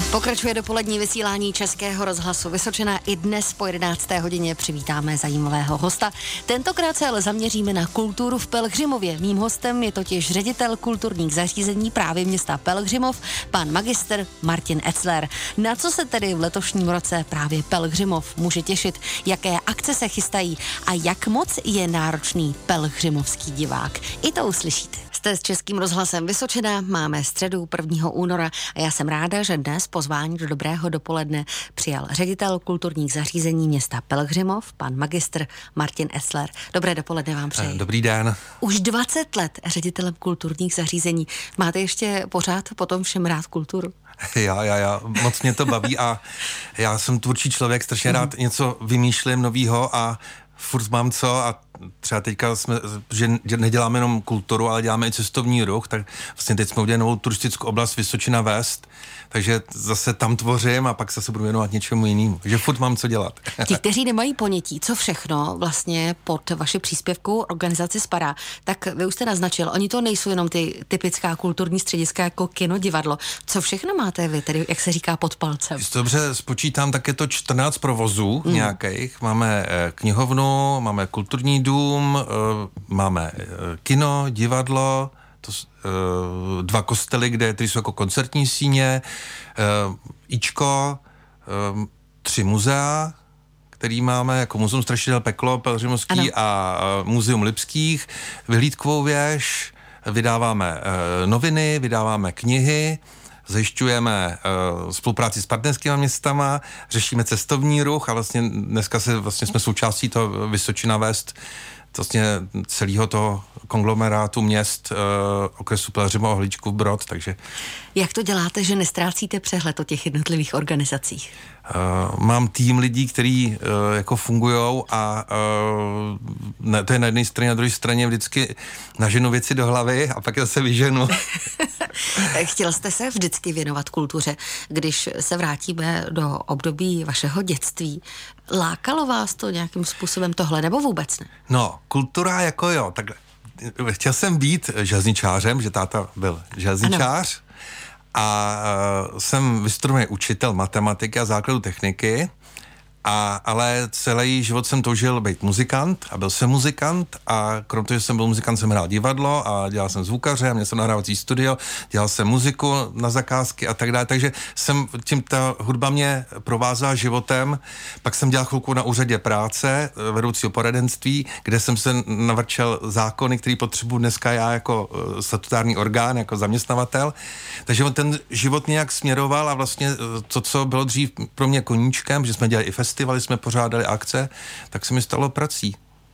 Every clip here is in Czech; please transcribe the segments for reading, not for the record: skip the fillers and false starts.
Pokračuje dopolední vysílání Českého rozhlasu Vysočina. I dnes po 11. hodině přivítáme zajímavého hosta. Tentokrát se ale zaměříme na kulturu v Pelhřimově. Mým hostem je totiž ředitel kulturních zařízení právě města Pelhřimov, pan magistr Martin Etzler. Na co se tedy v letošním roce právě Pelhřimov může těšit, jaké akce se chystají a jak moc je náročný pelhřimovský divák? I to uslyšíte. Jste s Českým rozhlasem Vysočina, máme středu 1. února a já jsem ráda, že dnes pozvání do dobrého dopoledne přijal ředitel kulturních zařízení města Pelhřimov, pan magistr Martin Etzler. Dobré dopoledne vám přeji. Dobrý den. Už 20 let ředitelem kulturních zařízení. Máte ještě pořád potom všem rád kulturu? Já, moc mě to baví a já jsem tvůrčí člověk, strašně rád něco vymýšlím novýho a furt mám co a třeba teďka že neděláme jenom kulturu, ale děláme i cestovní ruch, tak vlastně teď jsme udělali novou turistickou oblast Vysočina West, takže zase tam tvořím a pak se budu věnovat něčemu jinému. Takže furt mám co dělat. Ti, kteří nemají ponětí, co všechno vlastně pod vaši příspěvku organizaci spadá, tak vy už jste naznačil, oni to nejsou jenom ty typická kulturní střediska jako kino, divadlo. Co všechno máte vy, tedy jak se říká pod palcem? Když to dobře spočítám, tak je to 14 provozů nějakých. Máme knihovnu, máme kulturní dům, máme kino, divadlo, dva kostely, které jsou jako koncertní síně, Ičko, 3 muzea, který máme, jako Muzeum strašidel Peklo pelhřimovský a Muzeum Lipských, vyhlídkovou věž, vydáváme noviny, vydáváme knihy, zajišťujeme spolupráci s partnerskými městama, řešíme cestovní ruch a vlastně dneska jsme součástí toho Vysočina West, vlastně celého toho konglomerátu měst okresu Pelhřimov, Hličkův, Brod, takže... Jak to děláte, že nestrácíte přehled o těch jednotlivých organizacích? Mám tým lidí, kteří jako fungujou a to je na jedné straně, na druhé straně vždycky naženu věci do hlavy a pak je zase vyženu. Chtěl jste se vždycky věnovat kultuře, když se vrátíme do období vašeho dětství. Lákalo vás to nějakým způsobem tohle, nebo vůbec ne? No, kultura jako jo, takhle. Chtěl jsem být železničářem, že táta byl železničář. Ano. A jsem vystudovaný učitel matematiky a základu techniky, ale celý život jsem toužil být muzikant a byl jsem muzikant a krom toho, že jsem byl muzikant, jsem hrál divadlo a dělal jsem zvukaře, měl jsem nahrávací studio, dělal jsem muziku na zakázky a tak dále, takže ta hudba mě provázela životem. Pak jsem dělal chvilku na úřadě práce, vedoucího poradenství, kde jsem se navrčel zákony, který potřebuji dneska já jako statutární orgán, jako zaměstnavatel. Takže ten život nějak směroval a vlastně to, co bylo dřív pro mě koníčkem, že jsme dělali i festivaly, jsme pořádali akce, tak se mi stalo prací.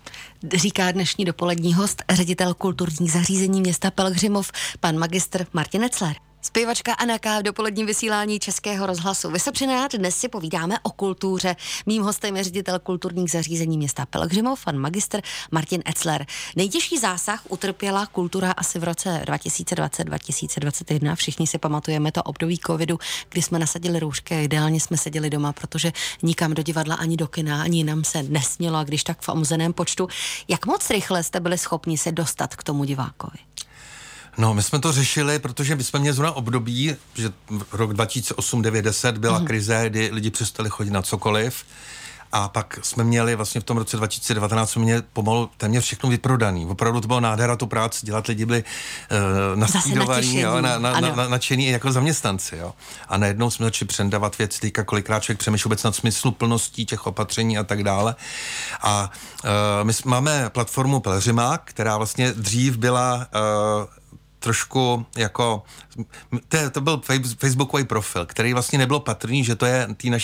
Říká dnešní dopolední host, ředitel kulturních zařízení města Pelhřimov, pan magistr Martin Etzler. Zpěvačka Anna K. v dopoledním vysílání Českého rozhlasu Vysočina. Dnes si povídáme o kultuře. Mým hostem je ředitel kulturních zařízení města Pelhřimov, pan magistr Martin Etzler. Nejtěžší zásah utrpěla kultura asi v roce 2020-2021. Všichni si pamatujeme to období covidu, kdy jsme nasadili roušky a ideálně jsme seděli doma, protože nikam do divadla ani do kina, ani jinam se nesmělo, a když tak v omezeném počtu. Jak moc rychle jste byli schopni se dostat k tomu divákovi? No, my jsme to řešili, protože my jsme měli zrovna období, že rok 2008, 9, 10 byla krize, kdy lidi přestali chodit na cokoliv. A pak jsme měli vlastně v tom roce 2019 jsme měli pomalu téměř všechno vyprodaný. Opravdu to bylo nádhera tu práci dělat, lidi byli nastýdovaní, nadšení jako zaměstnanci. Jo. A najednou jsme začali předávat věci, teďka kolikrát člověk přemýšlí vůbec nad smysluplností těch opatření a tak dále. A my máme platformu Pelhřimák, která vlastně dřív byla trošku jako, to byl facebookový profil, který vlastně nebylo patrný, že to je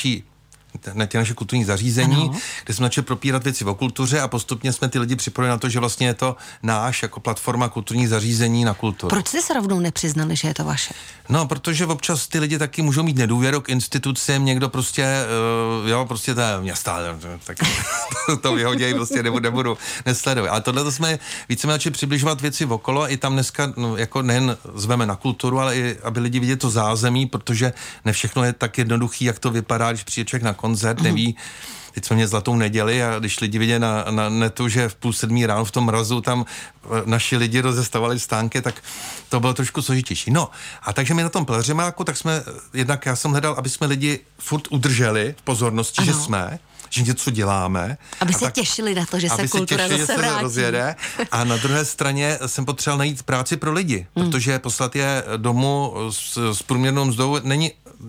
ty naše kulturní zařízení, kde jsme začali propírat věci o kultuře a postupně jsme ty lidi připojili na to, že vlastně je to náš jako platforma kulturních zařízení na kulturu. Proč jste se rovnou nepřiznali, že je to vaše? No, protože občas ty lidi taky můžou mít nedůvěru k institucím, někdo prostě, prostě to je města, tak to vyhodějí, prostě nebudu nesledovat. Ale tohle jsme víceméně začali přibližovat věci okolo, i tam dneska jako nejen zveme na kulturu, ale i aby lidi viděli to zázemí, protože ne všechno je tak jednoduchý, jak to vypadá, když přijde člověk na koncert, neví, teď jsme měli Zlatou neděli a když lidi viděli na netu, že v 6:30 ráno v tom mrazu tam naši lidi rozestavovali stánky, tak to bylo trošku složitější. No a takže my na tom pelhřimáku, tak jsme, jednak já jsem hledal, aby jsme lidi furt udrželi v pozornosti, že něco děláme. Aby se těšili na to, že se kultura zase vrátí. Rozjede. A na druhé straně jsem potřeboval najít práci pro lidi, protože poslat je domů s průměrnou mzdou není,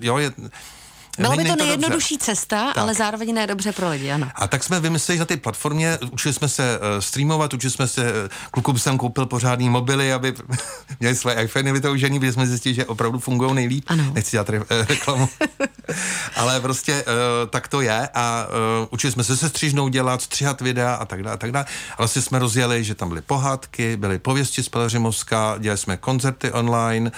byla by to nejjednodušší cesta, tak. Ale zároveň ne dobře pro lidi, ano. A tak jsme vymysleli na té platformě, učili jsme se streamovat, učili jsme se, klukům jsem koupil pořádný mobily, aby měli své iPhony vytoužený, protože jsme zjistili, že opravdu fungují nejlíp. Ano. Nechci dělat reklamu. Ale prostě tak to je a učili jsme se střižnou dělat, stříhat videa a tak dále a tak dále. A vlastně jsme rozjeli, že tam byly pohádky, byly pověsti z Pelhřimovska, dělali jsme koncerty online,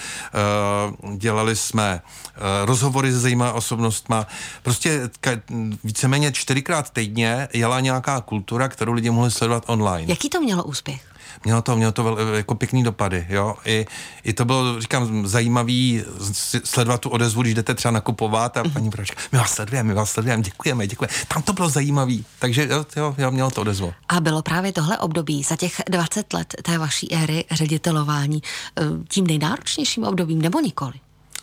dělali jsme rozhovory se zajímavými osobnostma. Prostě víceméně 4krát týdně jela nějaká kultura, kterou lidi mohli sledovat online. Jaký to mělo úspěch? Mělo to jako pěkný dopady, jo. I to bylo, říkám, zajímavý sledovat tu odezvu, když jdete třeba nakupovat a paní pračka, my vás sledujeme, děkujeme. Tam to bylo zajímavý, takže jo, mělo to odezvu. A bylo právě tohle období za těch 20 let té vaší éry ředitelování tím nejnáročnějším obdobím, nebo nikoli?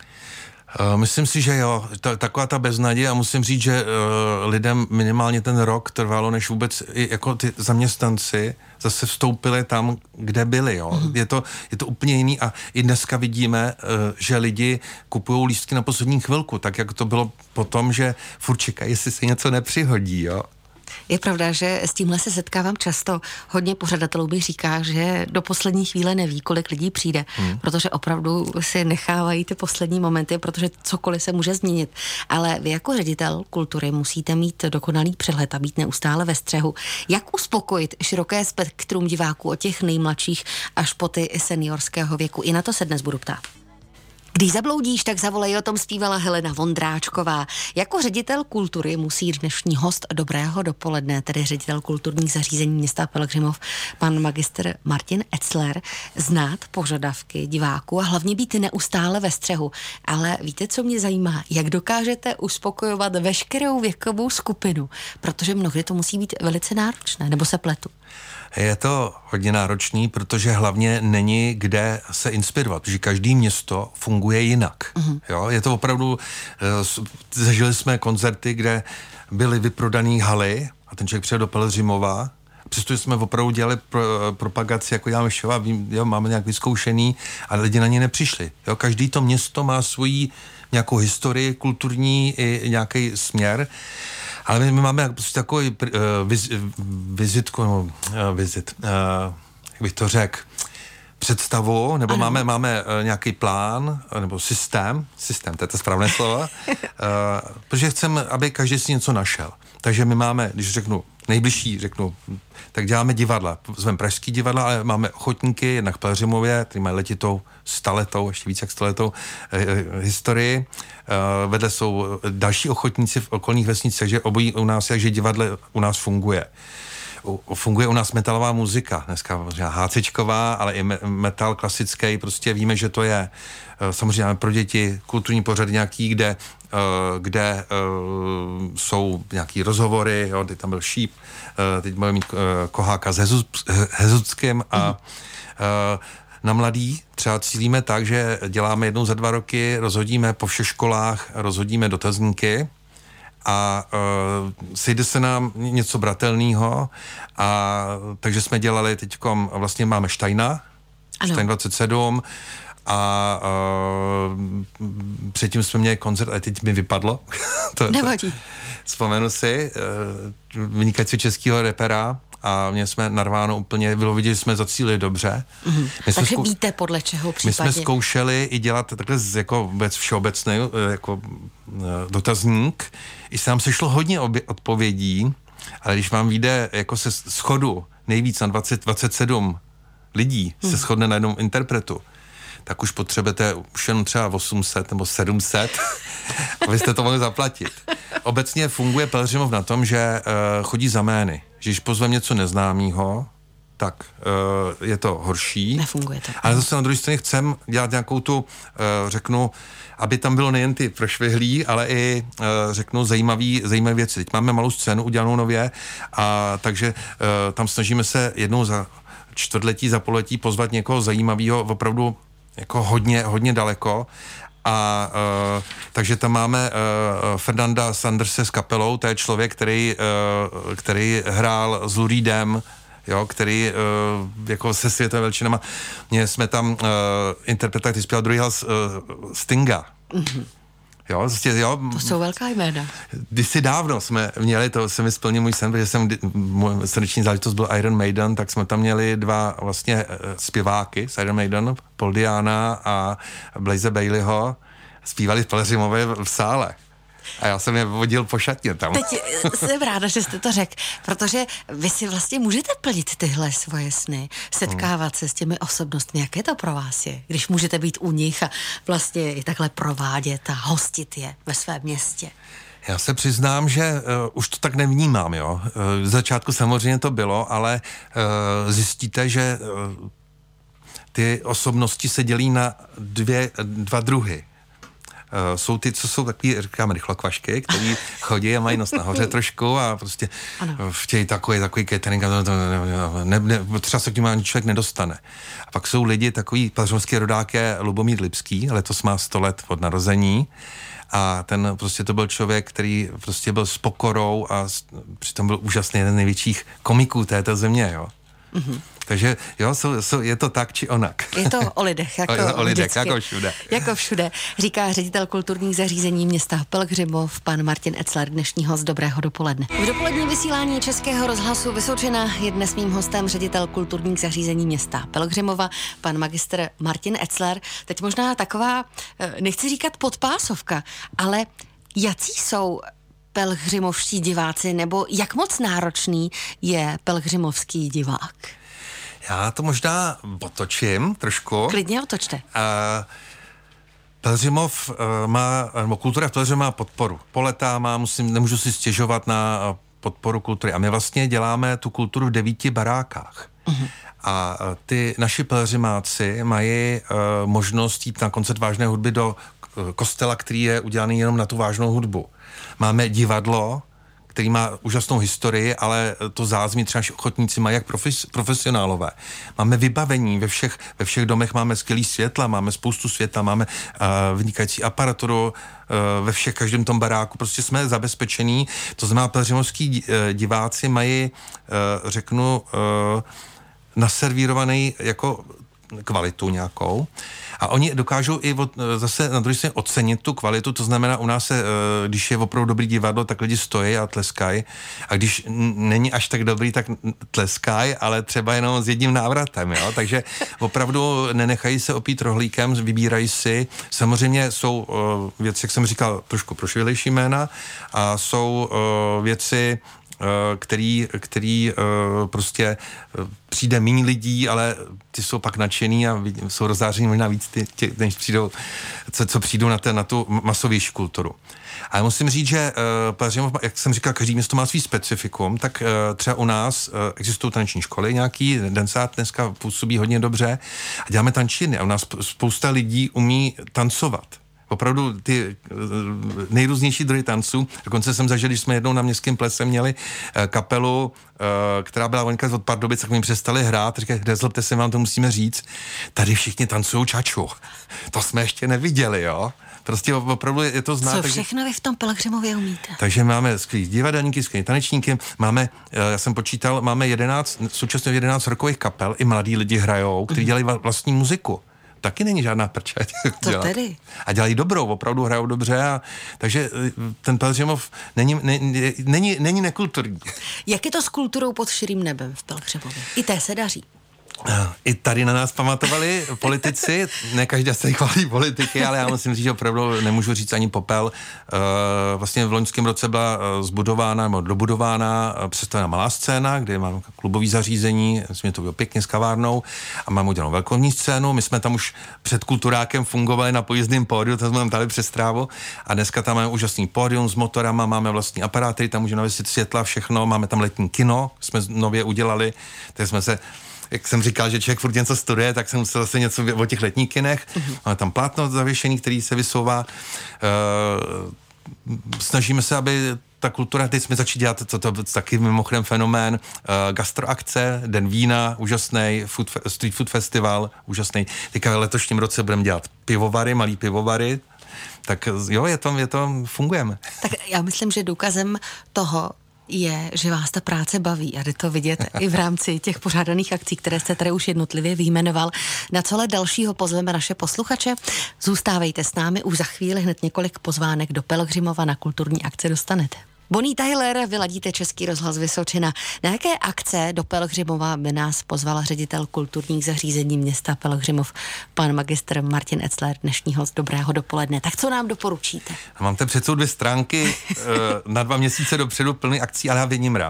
Myslím si, že jo, taková ta beznaděj a musím říct, že lidem minimálně ten rok trvalo, než vůbec jako ty zaměstnanci zase vstoupili tam, kde byli, jo. Je to úplně jiný a i dneska vidíme, že lidi kupují lístky na poslední chvilku, tak jak to bylo potom, že furt čekají, jestli se něco nepřihodí, jo. Je pravda, že s tímhle se setkávám často. Hodně pořadatelů mi říká, že do poslední chvíle neví, kolik lidí přijde, protože opravdu si nechávají ty poslední momenty, protože cokoliv se může změnit. Ale vy jako ředitel kultury musíte mít dokonalý přehled a být neustále ve střehu. Jak uspokojit široké spektrum diváků od těch nejmladších až po ty seniorského věku? I na to se dnes budu ptát. Když zabloudíš, tak zavolej, o tom zpívala Helena Vondráčková. Jako ředitel kultury musí dnešní host Dobrého dopoledne, tedy ředitel kulturních zařízení města Pelhřimov, pan magistr Martin Etzler, znát požadavky diváků a hlavně být neustále ve střehu. Ale víte, co mě zajímá? Jak dokážete uspokojovat veškerou věkovou skupinu? Protože mnohdy to musí být velice náročné, nebo se pletu? Je to hodně náročný, protože hlavně není kde se inspirovat, protože každý město funguje jinak. Jo? Je to opravdu, zažili jsme koncerty, kde byly vyprodaný haly a ten člověk přijel do Pelhřimova, přestože jsme opravdu dělali propagaci, jako děláme show a máme nějak vyzkoušený, ale lidi na ně nepřišli. Jo? Každý to město má svoji nějakou historii kulturní i nějaký směr. Ale my máme prostě takový vizitku, jak bych to řekl, představu, nebo máme nějaký plán, nebo systém, to je to správné slovo, protože chceme, aby každý si něco našel. Takže my máme, když nejbližší tak děláme divadla. Zveme pražský divadla, ale máme ochotníky, jednak v Pelhřimově, který mají letitou, staletou, ještě víc jak staletou historii. Vedle jsou další ochotníci v okolních vesnicích, takže obojí u nás, takže divadle u nás funguje. Funguje u nás metalová muzika, dneska hácečková, ale i metal klasický, prostě víme, že to je samozřejmě pro děti kulturní pořad nějaký, kde jsou nějaký rozhovory, jo, teď tam byl Šíp, teď budeme mít Koháka s Hezuckým a na mladý třeba cílíme tak, že děláme jednou za 2 roky, rozhodíme po všech školách, rozhodíme dotazníky a sejde se nám něco bratelného a takže jsme dělali teďkom, vlastně máme Štajna, Štajn 27 a předtím jsme měli koncert, ale teď mi vypadlo. Nevadí. Vzpomenu si, vynikající českého rapera a mě jsme narváno úplně, bylo vidět, že jsme zacílili dobře. Takže víte, podle čeho případně. My jsme zkoušeli i dělat takhle jako vůbec všeobecný jako dotazník. I se nám sešlo hodně odpovědí, ale když vám vyjde jako se schodu nejvíc na 27 lidí se shodne na jednom interpretu, tak už potřebujete už jenom třeba 800 nebo 700, abyste to mohli zaplatit. Obecně funguje Pelhřimov na tom, že chodí za jmény. Že když pozveme něco neznámého, tak je to horší. Nefunguje to. Ale zase na druhé straně chcem dělat nějakou tu, řeknu, aby tam bylo nejen ty prošvihlí, ale i, řeknu, zajímavé věci. Teď máme malou scénu udělanou nově, a takže tam snažíme se jednou za čtvrtletí, za pololetí pozvat někoho zajímavého, opravdu jako hodně daleko. A takže tam máme Fernanda Sanderse s kapelou, to je člověk, který hrál s Lou Reedem, jo, který jako se světovými veličinama. Jsme tam interpreta, který zpěval druhý hlas Stinga. Mm-hmm. Jo, vlastně, jo. To jsou velká jména. Kdysi dávno jsme měli, to se mi splnil můj sen, protože můj srdeční záležitost byl Iron Maiden, tak jsme tam měli dva vlastně zpěváky z Iron Maiden, Paul Diana a Blaze Baileyho, zpívali v Pelhřimově v sále. A já jsem je vodil po šatně tam. Teď jsem ráda, že jste to řekl, protože vy si vlastně můžete plnit tyhle svoje sny, setkávat se s těmi osobnostmi. Jaké to pro vás je, když můžete být u nich a vlastně i takhle provádět a hostit je ve svém městě? Já se přiznám, že už to tak nevnímám, jo. V začátku samozřejmě to bylo, ale zjistíte, že ty osobnosti se dělí na dva druhy. Jsou ty, co jsou takový, říkáme, rychlokvašky, který chodí a mají nos nahoře trošku a prostě chtějí takový catering a třeba se k němu ani člověk nedostane. A pak jsou lidi, takový pelhřimský rodák je Lubomír Lipský, letos má 100 let od narození a ten prostě to byl člověk, který prostě byl s pokorou a přitom byl úžasný, jeden z největších komiků této země, jo. Mm-hmm. Takže jo, je to tak či onak. Je to o lidech, jako všude. Jako všude, říká ředitel kulturních zařízení města Pelhřimov, pan Martin Etzler, dnešní host. Dobrého dopoledne. V dopoledním vysílání Českého rozhlasu Vysočina je dnes mým hostem ředitel kulturních zařízení města Pelhřimova, pan magistr Martin Etzler. Teď možná taková, nechci říkat podpásovka, ale jací jsou pelhřimovští diváci, nebo jak moc náročný je pelhřimovský divák? Já to možná otočím trošku. Klidně otočte. Pelhřimov nebo kultura v Pelhřimově má podporu. Po léta nemůžu si stěžovat na podporu kultury. A my vlastně děláme tu kulturu v 9 barákách. Uh-huh. A ty naši pelhřimáci mají možnost jít na koncert vážné hudby do kostela, který je udělaný jenom na tu vážnou hudbu. Máme divadlo, který má úžasnou historii, ale to zázemí třeba ochotníci mají jak profesionálové. Máme vybavení, ve všech domech máme skvělý světla, máme spoustu světla, máme vynikající aparaturu, ve každém tom baráku, prostě jsme zabezpečení. To znamená, pelhřimovský diváci mají, řeknu, naservírovaný jako kvalitu nějakou. A oni dokážou i zase na druhé straně ocenit tu kvalitu, to znamená u nás když je opravdu dobrý divadlo, tak lidi stojí a tleskají. A když není až tak dobrý, tak tleskají, ale třeba jenom s jedním návratem, jo. Takže opravdu nenechají se opít rohlíkem, vybírají si. Samozřejmě jsou věci, jak jsem říkal, trošku prošvihlejší jména a jsou věci, který prostě přijde méně lidí, ale ty jsou pak nadšený a jsou rozzáření možná víc než přijdou, co přijdou na tu masovější kulturu. Ale musím říct, že Pelhřimov, jak jsem říkal, každý město má svý specifikum, tak třeba u nás existují taneční školy nějaký, Densát dneska působí hodně dobře a děláme tančiny a u nás spousta lidí umí tancovat. Opravdu ty nejrůznější druhy tanců. Dokonce jsem zažil, když jsme jednou na Městském plese měli kapelu, která byla vonka od Pardubic, tak mi přestali hrát. Říkají, nezlobte se, vám to musíme říct. Tady všichni tancují čaču. To jsme ještě neviděli, jo. Prostě opravdu je to znát. Co všechno vy v tom Pelhřimově umíte? Takže máme skvělý divadelníky, skvělý tanečníky, máme, já jsem počítal, máme současně 11 rokových kapel, i mladí lidi hrajou, kteří dělají vlastní muziku. Taky není žádná prčať. To tedy? A dělají dobrou, opravdu hrajou dobře. Takže ten Pelhřimov není nekulturní. Jak je to s kulturou pod širým nebem v Pelhřimově? I té se daří. I tady na nás pamatovali politici, ne každý se chválí politiky, ale já musím říct, že opravdu nemůžu říct ani popel. Vlastně v loňském roce byla zbudována nebo dobudována představená malá scéna, kde mám klubový zařízení, myslím, že to bylo pěkně s kavárnou a mám udělanou velkovní scénu. My jsme tam už před kulturákem fungovali na pojízdném pódiu, to jsme tam dali přes trávu a dneska tam máme úžasný pódium s motorama, máme vlastní aparáty, tam můžeme navěsit světla, všechno, máme tam letní kino, jsme nově udělali, takže jsme se jak jsem říkal, že člověk furt něco studuje, tak jsem musel zase něco o těch letních kinech. Máme tam plátno zavěšený, který se vysouvá. Snažíme se, aby ta kultura, teď jsme začali dělat, to taky mimochodem fenomén, gastroakce, Den vína, úžasný, street food festival, úžasný. Teďka v letošním roce budeme dělat pivovary, malý pivovary, tak jo, je to, fungujeme. Tak já myslím, že důkazem toho je, že vás ta práce baví a jde to vidět i v rámci těch pořádaných akcí, které jste tady už jednotlivě vyjmenoval. Na co ale dalšího pozveme naše posluchače? Zůstávejte s námi, už za chvíli hned několik pozvánek do Pelhřimova na kulturní akce dostanete. Bonnie Tyler, vyladíte Český rozhlas Vysočina. Na jaké akce do Pelhřimova by nás pozval ředitel kulturních zařízení města Pelhřimov, pan magistr Martin Etzler, dnešní host Dobrého dopoledne. Tak co nám doporučíte? Mám tady před sebou 2 stránky na 2 měsíce dopředu plný akcí, ale já v jedním rám.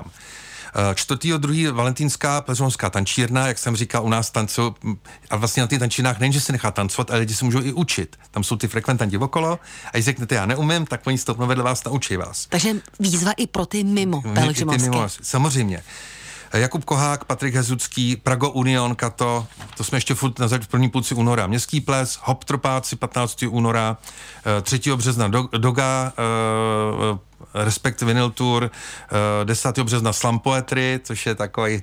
4.2. Valentínská pelhřimovská tančírna, jak jsem říkal, u nás tancují, a vlastně na těch tančírnách nejenže se nechá tancovat, ale lidi se můžou i učit. Tam jsou ty frekventanti okolo a když řeknete, já neumím, tak oni stoupnou vedle vás, naučí vás. Takže výzva i pro ty mimo pelhřimovské. Samozřejmě. Jakub Kohák, Patrik Hezucký, Prago Union, Kato, to jsme ještě furt na první půlci února. Městský ples, Hop Tropáci 15. února, 3. března Doga, Respekt Vinyl Tour, 10. března Slam Poetry, což je takový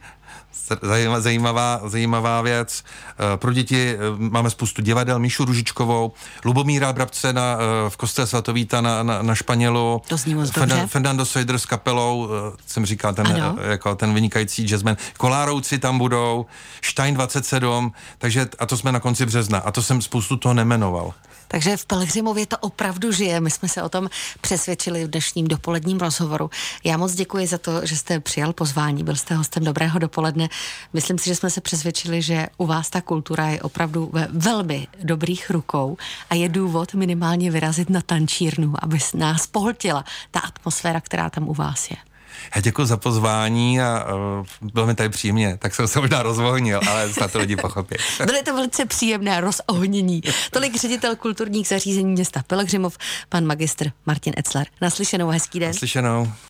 zajímavá věc. Pro děti máme spoustu divadel, Míšu Ružičkovou, Lubomíra Brabce v kostele Svatovíta na Španělu, to zní moc dobře. Fernando Sojder s kapelou, jsem říkal, ten vynikající jazzman. Kolárouci tam budou, Stein 27, takže a to jsme na konci března a to jsem spoustu toho nemenoval. Takže v Pelhřimově to opravdu žije. My jsme se o tom přesvědčili v dnešním dopoledním rozhovoru. Já moc děkuji za to, že jste přijal pozvání, byl jste hostem Dobrého dopoledne. Myslím si, že jsme se přesvědčili, že u vás ta kultura je opravdu ve velmi dobrých rukou a je důvod minimálně vyrazit na tančírnu, aby nás pohltila ta atmosféra, která tam u vás je. Já děkuji za pozvání a bylo mi tady příjemně, tak jsem se možná rozvohnil, ale snad to lidi pochopí. Bylo to velice příjemné rozohnění. Tolik ředitel kulturních zařízení města Pelhřimov, pan magistr Martin Etzler. Naslyšenou, hezký den. Naslyšenou.